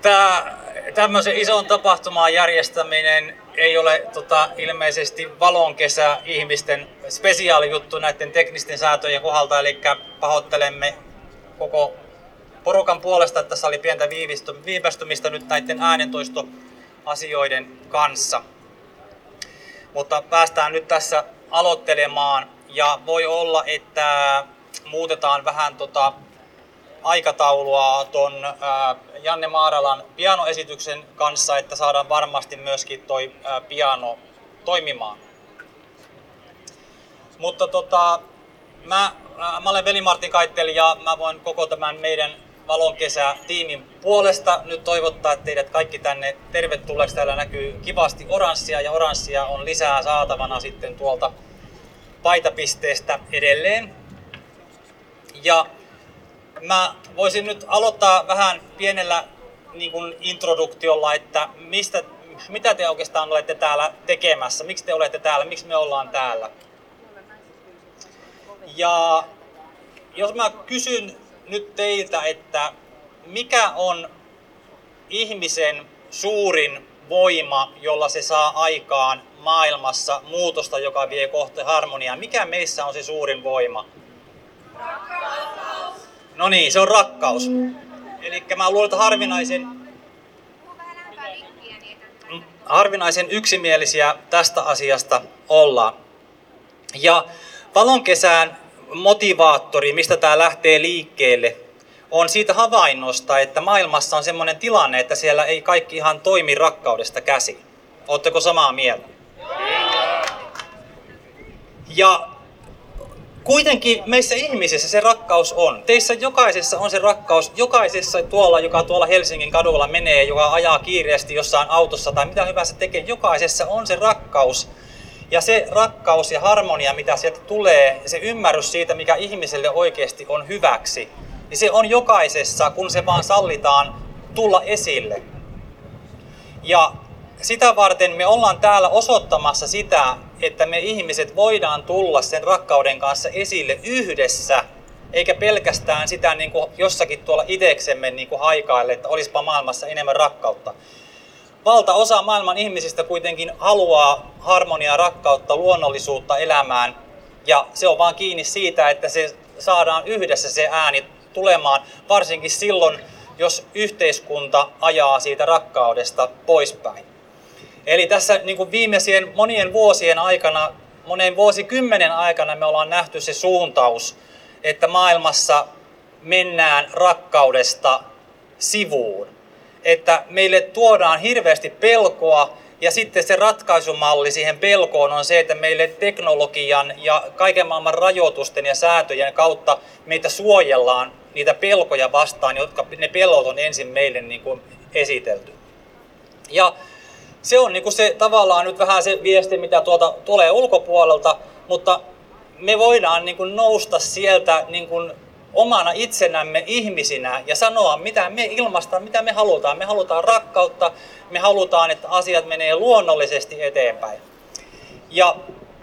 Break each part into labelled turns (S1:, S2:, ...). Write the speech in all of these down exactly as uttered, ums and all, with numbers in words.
S1: Tämä tämmöisen ison tapahtuman järjestäminen ei ole tota, ilmeisesti valonkesä ihmisten spesiaalijuttu näiden teknisten sääntöjen kohdalta, eli pahoittelemme koko porukan puolesta, että tässä oli pientä viivästymistä nyt näiden äänentoistoasioiden kanssa. Mutta päästään nyt tässä aloittelemaan ja voi olla, että muutetaan vähän tota aikataulua ton ää, Janne Maaralan pianoesityksen kanssa, että saadaan varmasti myöskin toi ää, piano toimimaan. Mutta tota, mä, ää, mä olen Veli-Martin Kaitteli ja mä voin koko tämän meidän Valonkesä-tiimin puolesta nyt toivottaa teidät kaikki tänne tervetulleeksi. Täällä näkyy kivasti oranssia ja oranssia on lisää saatavana sitten tuolta paitapisteestä edelleen. Ja mä voisin nyt aloittaa vähän pienellä niin kuin introduktiolla, että mistä, mitä te oikeastaan olette täällä tekemässä, miksi te olette täällä, miksi me ollaan täällä. Ja jos mä kysyn nyt teiltä, että mikä on ihmisen suurin voima, jolla se saa aikaan maailmassa muutosta, joka vie kohti harmoniaa, mikä meissä on se suurin voima? Rakkaus. No niin, se on rakkaus. Eli mä luulen, että harvinaisen, harvinaisen yksimielisiä tästä asiasta ollaan. Ja Valonkesän motivaattori, mistä tämä lähtee liikkeelle, on siitä havainnosta, että maailmassa on sellainen tilanne, että siellä ei kaikki ihan toimi rakkaudesta käsin. Oletteko samaa mieltä? Ja kuitenkin meissä ihmisissä se rakkaus on. Teissä jokaisessa on se rakkaus. Jokaisessa tuolla, joka tuolla Helsingin kadulla menee, joka ajaa kiireesti jossain autossa tai mitä hyvänsä tekee, jokaisessa on se rakkaus. Ja se rakkaus ja harmonia, mitä sieltä tulee, se ymmärrys siitä, mikä ihmiselle oikeasti on hyväksi, niin se on jokaisessa, kun se vaan sallitaan tulla esille. Ja sitä varten me ollaan täällä osoittamassa sitä, että me ihmiset voidaan tulla sen rakkauden kanssa esille yhdessä, eikä pelkästään sitä niin kuin jossakin tuolla iteksemme niin kuin haikaille, että olisipa maailmassa enemmän rakkautta. Valtaosa maailman ihmisistä kuitenkin haluaa harmoniaa, rakkautta, luonnollisuutta elämään, ja se on vaan kiinni siitä, että se saadaan yhdessä se ääni tulemaan, varsinkin silloin, jos yhteiskunta ajaa siitä rakkaudesta poispäin. Eli tässä niin kuin viimeisien monien vuosien aikana, monen vuosikymmenen aikana me ollaan nähty se suuntaus, että maailmassa mennään rakkaudesta sivuun. Että meille tuodaan hirveästi pelkoa ja sitten se ratkaisumalli siihen pelkoon on se, että meille teknologian ja kaiken maailman rajoitusten ja sääntöjen kautta meitä suojellaan niitä pelkoja vastaan, jotka ne pelot on ensin meille niin kuin esitelty. Ja se on niin kuin se tavallaan nyt vähän se viesti, mitä tuolta tulee ulkopuolelta, mutta me voidaan niin kuin nousta sieltä niin kuin omana itsenämme ihmisinä ja sanoa, mitä me ilmaistaan, mitä me halutaan. Me halutaan rakkautta, me halutaan, että asiat menee luonnollisesti eteenpäin. Ja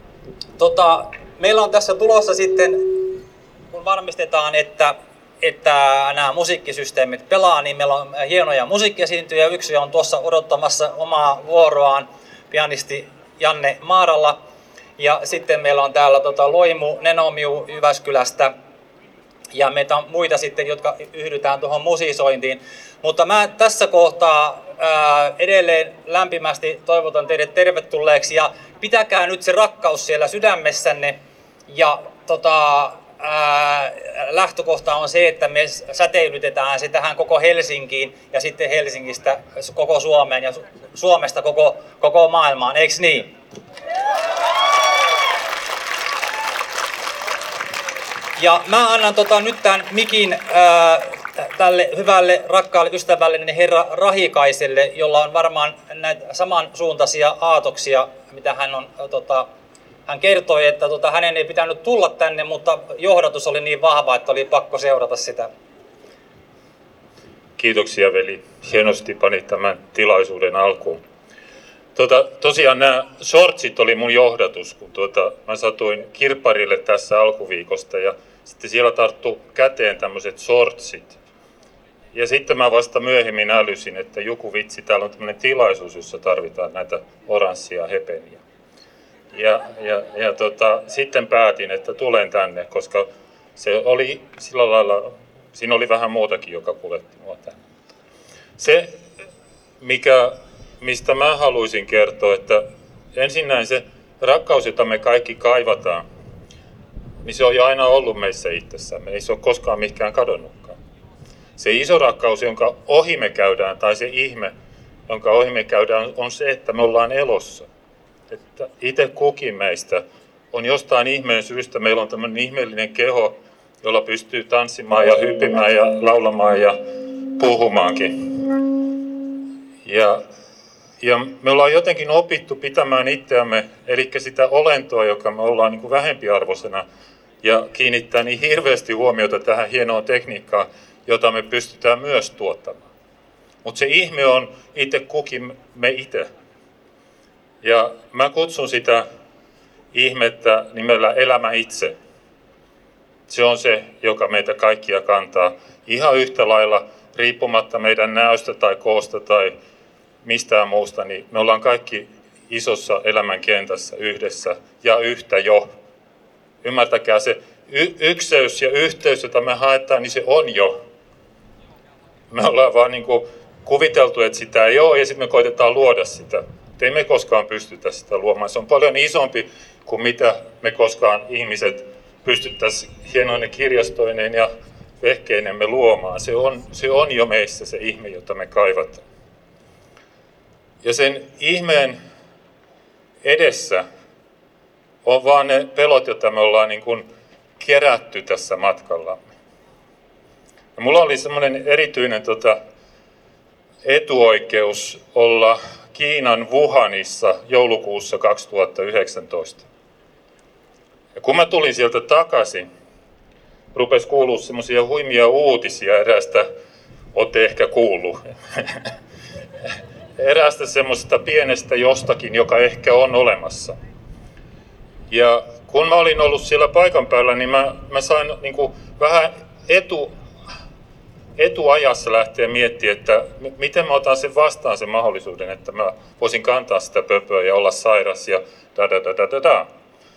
S1: tota, meillä on tässä tulossa sitten, kun varmistetaan, että, että nämä musiikkisysteemit pelaa, niin meillä on hienoja musiikkiesiintyjä. Yksi on tuossa odottamassa omaa vuoroaan, pianisti Janne Maaralla. Ja sitten meillä on täällä tota, Loimu Nenomiu Jyväskylästä. Ja meitä on muita sitten, jotka yhdytään tuohon musisointiin. Mutta mä tässä kohtaa ää, edelleen lämpimästi toivotan teidät tervetulleeksi. Ja pitäkää nyt se rakkaus siellä sydämessänne. Ja tota, ää, lähtökohta on se, että me säteilytetään se tähän koko Helsinkiin. Ja sitten Helsingistä koko Suomeen ja Suomesta koko, koko maailmaan. Eiks niin? Ja mä annan tota, nyt tämän mikin ää, tälle hyvälle, rakkaalle, ystävällinen herra Rahikaiselle, jolla on varmaan näitä samansuuntaisia aatoksia, mitä hän on, tota, hän kertoi, että tota, hänen ei pitänyt tulla tänne, mutta johdatus oli niin vahva, että oli pakko seurata sitä.
S2: Kiitoksia veli, hienosti panit tämän tilaisuuden alkuun. Tota, tosiaan nämä shortsit oli mun johdatus, kun tuota, mä satuin kirpparille tässä alkuviikosta ja sitten siellä tarttu käteen tämmöiset shortsit. Ja sitten mä vasta myöhemmin älysin, että joku vitsi, täällä on tämmöinen tilaisuus, jossa tarvitaan näitä oranssia hepeniä. Ja, ja, ja tota, sitten päätin, että tulen tänne, koska se oli sillä lailla, siinä oli vähän muutakin, joka kuljetti mua tänne. Se, mikä, mistä mä haluaisin kertoa, että ensinnäin se rakkaus, jota me kaikki kaivataan, niin se on jo aina ollut meissä itsessämme, ei se ole koskaan mihinkään kadonnutkaan. Se iso rakkaus, jonka ohi me käydään, tai se ihme, jonka ohi me käydään, on se, että me ollaan elossa. Että itse kukin meistä on jostain ihmeen syystä, meillä on tämmöinen ihmeellinen keho, jolla pystyy tanssimaan ja hyppimään ja laulamaan ja puhumaankin. Ja, ja me ollaan jotenkin opittu pitämään itseämme, eli sitä olentoa, joka me ollaan niin kuin vähempiarvoisena, ja kiinnittää niin hirveästi huomiota tähän hienoon tekniikkaan, jota me pystytään myös tuottamaan. Mutta se ihme on itse kukin me itse. Ja mä kutsun sitä ihmettä nimellä elämä itse. Se on se, joka meitä kaikkia kantaa ihan yhtä lailla, riippumatta meidän näöstä tai koosta tai mistään muusta, niin me ollaan kaikki isossa elämänkentässä yhdessä ja yhtä jo. Ymmärtäkää, se y- ykseys ja yhteys, jota me haetaan, niin se on jo. Me ollaan vaan niin kuin kuviteltu, että sitä ei ole, ja sitten me koitetaan luoda sitä. Ei me koskaan pystytä sitä luomaan. Se on paljon isompi kuin mitä me koskaan ihmiset pystyttäisiin hienoinen kirjastoineen ja vehkeinemme luomaan. Se on, se on jo meissä se ihme, jota me kaivataan. Ja sen ihmeen edessä on vaan ne pelot, joita me ollaan niin kuin kerätty tässä matkallamme. Ja mulla oli semmoinen erityinen tota, etuoikeus olla Kiinan Wuhanissa joulukuussa kaksituhattayhdeksäntoista. Ja kun mä tulin sieltä takaisin, rupesi kuulua semmoisia huimia uutisia eräästä, ootte ehkä kuullut, eräästä semmoisesta pienestä jostakin, joka ehkä on olemassa. Ja kun mä olin ollut siellä paikan päällä, niin mä, mä sain niin kuin vähän etu, etuajassa lähteä miettimään, että miten mä otan sen vastaan sen mahdollisuuden, että mä voisin kantaa sitä pöpöä ja olla sairas ja da da da da da da.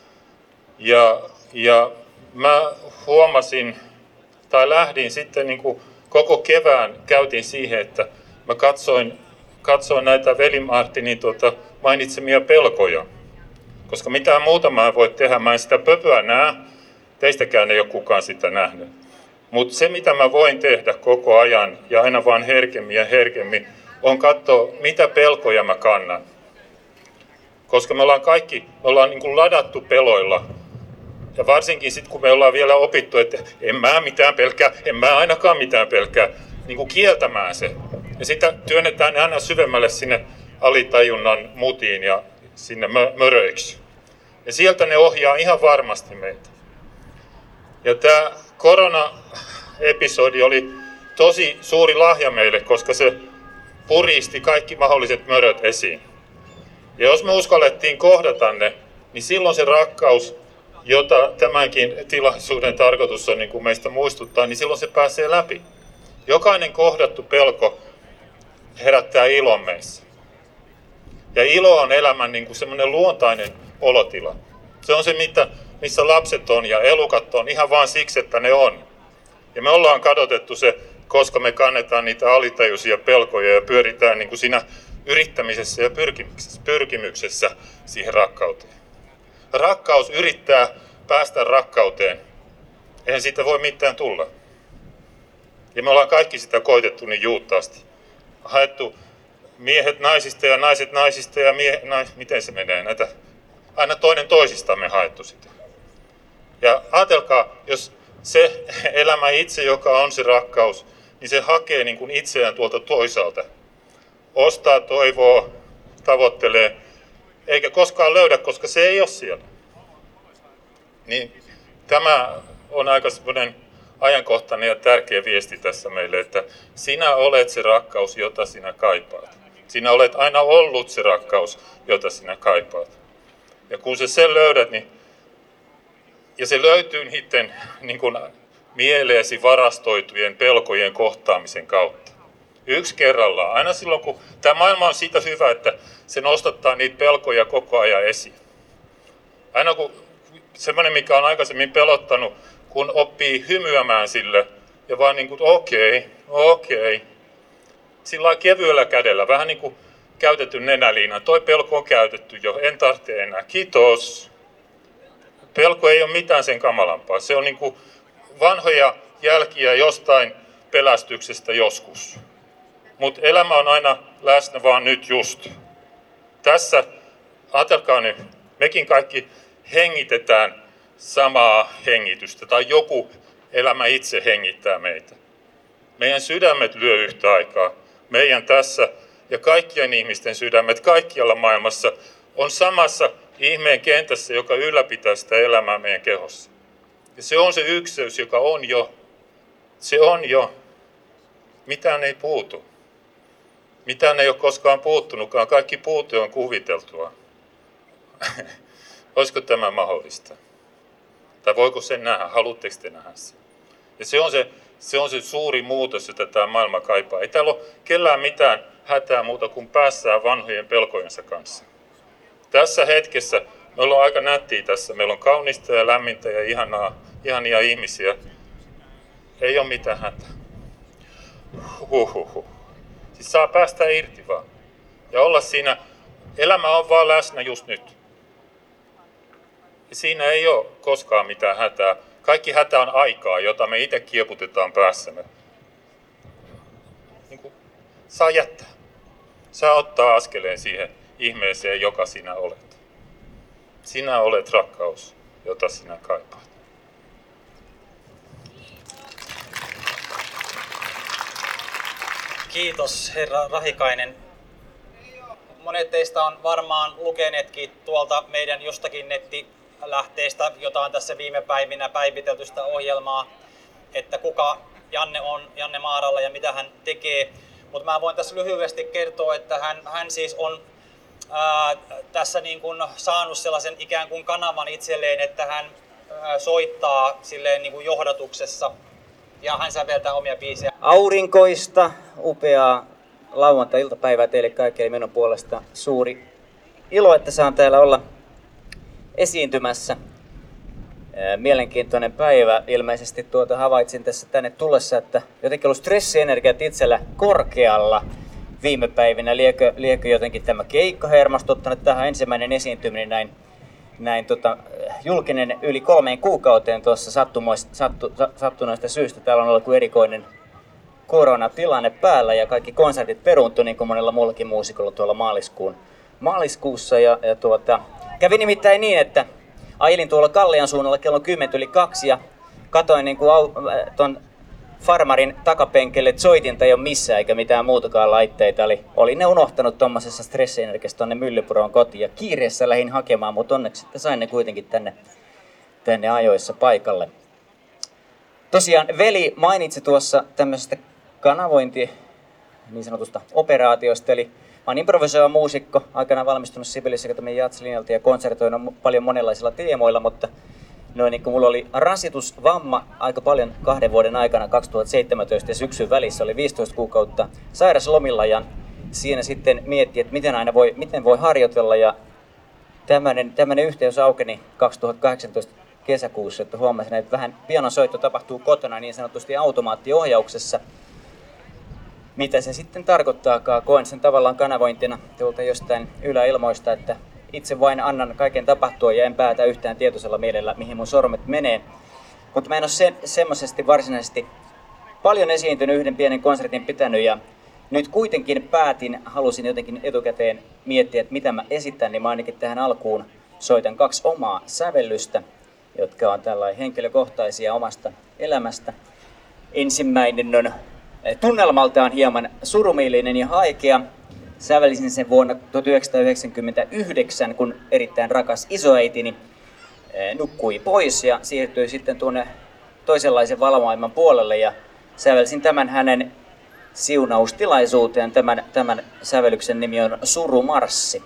S2: Ja, ja mä huomasin, tai lähdin sitten niin kuin koko kevään käytin siihen, että mä katsoin, katsoin näitä veli Martinin tuota, mainitsemia pelkoja. Koska mitään muuta mä en voi tehdä, mä en sitä pöpöä näe, teistäkään ei ole kukaan sitä nähnyt. Mutta se, mitä mä voin tehdä koko ajan ja aina vaan herkemmin ja herkemmin, on katsoa, mitä pelkoja mä kannan. Koska me ollaan kaikki, me ollaan niin kuin ladattu peloilla. Ja varsinkin sitten, kun me ollaan vielä opittu, että en mä mitään pelkää, en mä ainakaan mitään pelkää, niin kuin kieltämään se. Ja sitä työnnetään aina syvemmälle sinne alitajunnan mutiin ja sinne mö- möröiksi. Ja sieltä ne ohjaa ihan varmasti meitä. Ja tämä korona-episodi oli tosi suuri lahja meille, koska se puristi kaikki mahdolliset möröt esiin. Ja jos me uskallettiin kohdata ne, niin silloin se rakkaus, jota tämänkin tilaisuuden tarkoitus on niin kuin meistä muistuttaa, niin silloin se pääsee läpi. Jokainen kohdattu pelko herättää ilon meissä. Ja ilo on elämän niin kuin semmoinen luontainen olotila. Se on se, mitä, missä lapset on ja elukat on ihan vain siksi, että ne on. Ja me ollaan kadotettu se, koska me kannetaan niitä alitajuisia pelkoja ja pyöritään niin kuin siinä yrittämisessä ja pyrkimyksessä, pyrkimyksessä siihen rakkauteen. Rakkaus yrittää päästä rakkauteen. Eihän siitä voi mitään tulla. Ja me ollaan kaikki sitä koitettu niin juuttaasti. Haettu miehet naisista ja naiset naisista ja miehet, nais, miten se menee näitä? Aina toinen toisistamme haettu sitä. Ja ajatelkaa, jos se elämä itse, joka on se rakkaus, niin se hakee niin kuin itseään tuolta toisaalta. Ostaa, toivoo, tavoittelee, eikä koskaan löydä, koska se ei ole siellä. Niin tämä on aika semmoinen ajankohtainen ja tärkeä viesti tässä meille, että sinä olet se rakkaus, jota sinä kaipaat. Sinä olet aina ollut se rakkaus, jota sinä kaipaat. Ja kun sä sen löydät, niin, ja se löytyy niiden niin kuin mieleesi varastoitujen pelkojen kohtaamisen kautta. Yksi kerrallaan. Aina silloin, kun tämä maailma on siitä hyvä, että se nostattaa niitä pelkoja koko ajan esiin. Aina kun semmoinen, mikä on aikaisemmin pelottanut, kun oppii hymyämään sille ja vaan niin kuin okei, okay, okei. Okay. Sillä kevyellä kädellä, vähän niin kuin käytetty nenäliina. Toi pelko on käytetty jo, en tarvitse enää. Kiitos. Pelko ei ole mitään sen kamalampaa. Se on niin kuin vanhoja jälkiä jostain pelästyksestä joskus. Mutta elämä on aina läsnä vaan nyt just. Tässä, ajatelkaa nyt, mekin kaikki hengitetään samaa hengitystä, tai joku elämä itse hengittää meitä. Meidän sydämet lyö yhtä aikaa. Meidän tässä ja kaikkien ihmisten sydämet kaikkialla maailmassa on samassa ihmeen kentässä, joka ylläpitää sitä elämää meidän kehossa. Ja se on se ykseys, joka on jo. Se on jo. Mitään ei puutu. Mitään ei ole koskaan puuttunutkaan. Kaikki puute on kuviteltua. Olisiko tämä mahdollista? Tai voiko sen nähdä? Haluatteko te nähdä sen? Ja se on se, se on se suuri muutos, jota tämä maailma kaipaa. Ei täällä ole kellään mitään hätää muuta kuin päässään vanhojen pelkojensa kanssa. Tässä hetkessä me ollaan aika nättiä tässä. Meillä on kaunista ja lämmintä ja ihanaa, ihania ihmisiä. Ei ole mitään hätää. Huhhuh. Siis saa päästä irti vaan. Ja olla siinä. Elämä on vaan läsnä just nyt. Ja siinä ei ole koskaan mitään hätää. Kaikki hätä on aikaa, jota me itse kieputetaan päässämme. Niin kuin, saa jättää. Saa ottaa askeleen siihen ihmeeseen, joka sinä olet. Sinä olet rakkaus, jota sinä kaipaat.
S1: Kiitos, herra Rahikainen. Monet teistä on varmaan lukeneetkin tuolta meidän jostakin nettilähteestä, jota on tässä viime päivinä päivitelty sitä ohjelmaa, että kuka Janne on, Janne Maaralla ja mitä hän tekee. Mutta mä voin tässä lyhyesti kertoa, että hän, hän siis on ää, tässä niin kuin saanut sellaisen ikään kuin kanavan itselleen, että hän ää, soittaa silleen niin kuin johdatuksessa ja hän säveltää omia biisejä.
S3: Aurinkoista, upeaa lauantai-iltapäivää teille kaikille minun puolesta. Suuri ilo, että saan täällä olla esiintymässä. Mielenkiintoinen päivä. Ilmeisesti tuota havaitsin tässä tänne tullessa, että jotenkin ollut stressienergiat itsellä korkealla viime päivinä. Liekö, liekö jotenkin tämä keikka hermostuttanut tähän ensimmäinen esiintyminen näin, näin tota, julkinen yli kolmeen kuukauteen tuossa sattu, sattuneesta syystä. Täällä on ollut kuin erikoinen koronatilanne päällä ja kaikki konsertit peruuntui niin kuin monella muullakin muusikolla tuolla maaliskuun, maaliskuussa. Ja, ja tuota, kävi nimittäin niin, että ajelin tuolla Kallian suunnalla kello kymmenen yli kaksi ja katoin niin kuin au, ton farmarin takapenkille, että soitinta ei ole missään eikä mitään muutakaan laitteita. Oli, oli ne unohtanut tuommoisessa stressienergiassa tuonne Myllypuroon kotiin ja kiireessä lähdin hakemaan, mutta onneksi sitten sain ne kuitenkin tänne, tänne ajoissa paikalle. Tosiaan veli mainitsi tuossa tämmöisestä kanavointi niin sanotusta operaatiosta, eli mä oon improvisoiva muusikko, aikanaan valmistunut Sibelius Akatemian jatslinjalta ja konsertoinut paljon monenlaisilla teemoilla, mutta noin niin kuin mulla oli rasitusvamma aika paljon kahden vuoden aikana kaksituhattaseitsemäntoista ja syksyn välissä oli viisitoista kuukautta sairaslomilla ja siinä sitten mietti, että miten aina voi, miten voi harjoitella ja tämmöinen, tämmöinen yhteys aukeni kaksituhattakahdeksantoista kesäkuussa, että huomasin, että vähän pianosoitto tapahtuu kotona niin sanotusti automaattiohjauksessa. Mitä se sitten tarkoittaakaan, koen sen tavallaan kanavointina tuolta jostain yläilmoista, että itse vain annan kaiken tapahtua ja en päätä yhtään tietoisella mielellä, mihin mun sormet menee. Mutta mä en ole se, semmoisesti varsinaisesti paljon esiintynyt, yhden pienen konsertin pitänyt ja nyt kuitenkin päätin, halusin jotenkin etukäteen miettiä, että mitä mä esitän, niin mä ainakin tähän alkuun soitan kaksi omaa sävellystä, jotka on tällainen henkilökohtaisia omasta elämästä. Ensimmäinen on tunnelmaltaan hieman surumielinen ja haikea. Sävellisin sen vuonna tuhatyhdeksänsataayhdeksänkymmentäyhdeksän, kun erittäin rakas isoäitini nukkui pois ja siirtyi sitten tuonne toisenlaisen valomaailman puolelle ja sävelsin tämän hänen siunaustilaisuuteen. Tämän, tämän sävellyksen nimi on Surumarssi.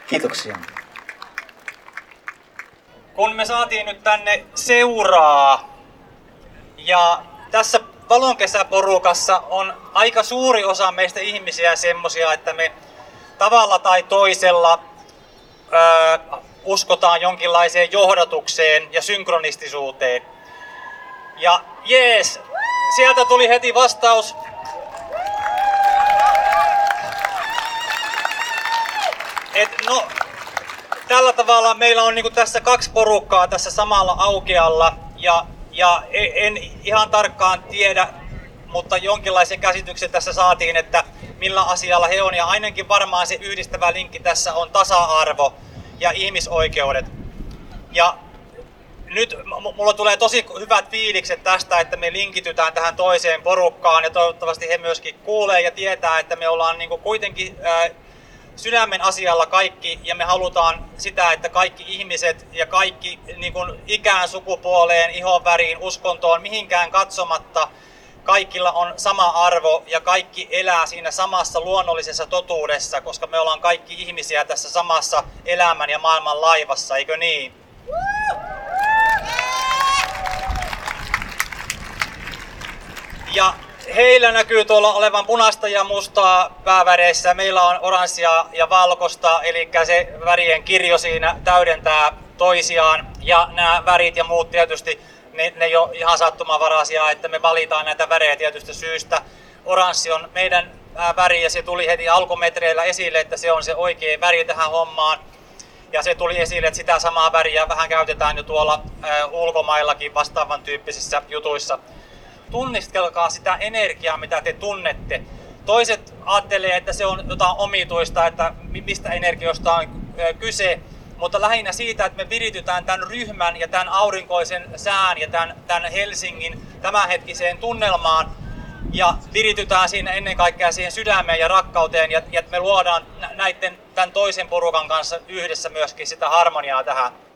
S3: Kiitoksia.
S1: Kun me saatiin nyt tänne seuraa ja tässä valonkesäporukassa on aika suuri osa meistä ihmisiä semmosia, että me tavalla tai toisella ö, uskotaan jonkinlaiseen johdatukseen ja synkronistisuuteen. Ja jees, sieltä tuli heti vastaus. Et no, tällä tavalla meillä on niinku tässä kaksi porukkaa tässä samalla aukealla ja, ja en ihan tarkkaan tiedä, mutta jonkinlaisen käsityksen tässä saatiin, että millä asialla he on, ja ainakin varmaan se yhdistävä linkki tässä on tasa-arvo ja ihmisoikeudet. Ja nyt mulla tulee tosi hyvät fiilikset tästä, että me linkitytään tähän toiseen porukkaan, ja toivottavasti he myöskin kuulee ja tietää, että me ollaan niinku kuitenkin ää, sydämen asialla kaikki, ja me halutaan sitä, että kaikki ihmiset ja kaikki niin kuin ikään, sukupuoleen, ihonväriin, uskontoon, mihinkään katsomatta, kaikilla on sama arvo ja kaikki elää siinä samassa luonnollisessa totuudessa, koska me ollaan kaikki ihmisiä tässä samassa elämän ja maailman laivassa, eikö niin? Ja heillä näkyy tuolla olevan punaista ja mustaa pääväreissä. Meillä on oranssia ja valkoista, eli se värien kirjo siinä täydentää toisiaan. Ja nämä värit ja muut tietysti, ne, ne ei ole ihan sattumanvaraisia, että me valitaan näitä värejä tietystä syystä. Oranssi on meidän väri ja se tuli heti alkumetreillä esille, että se on se oikea väri tähän hommaan. Ja se tuli esille, että sitä samaa väriä vähän käytetään jo tuolla äh, ulkomaillakin vastaavan tyyppisissä jutuissa. Tunnistelkaa sitä energiaa, mitä te tunnette. Toiset ajattelee, että se on jotain omituista, että mistä energiosta on kyse, mutta lähinnä siitä, että me viritytään tämän ryhmän ja tämän aurinkoisen sään ja tämän, tämän Helsingin tämänhetkiseen tunnelmaan ja viritytään siinä ennen kaikkea siihen sydämeen ja rakkauteen ja, ja me luodaan näiden, tämän toisen porukan kanssa yhdessä myöskin sitä harmoniaa tähän.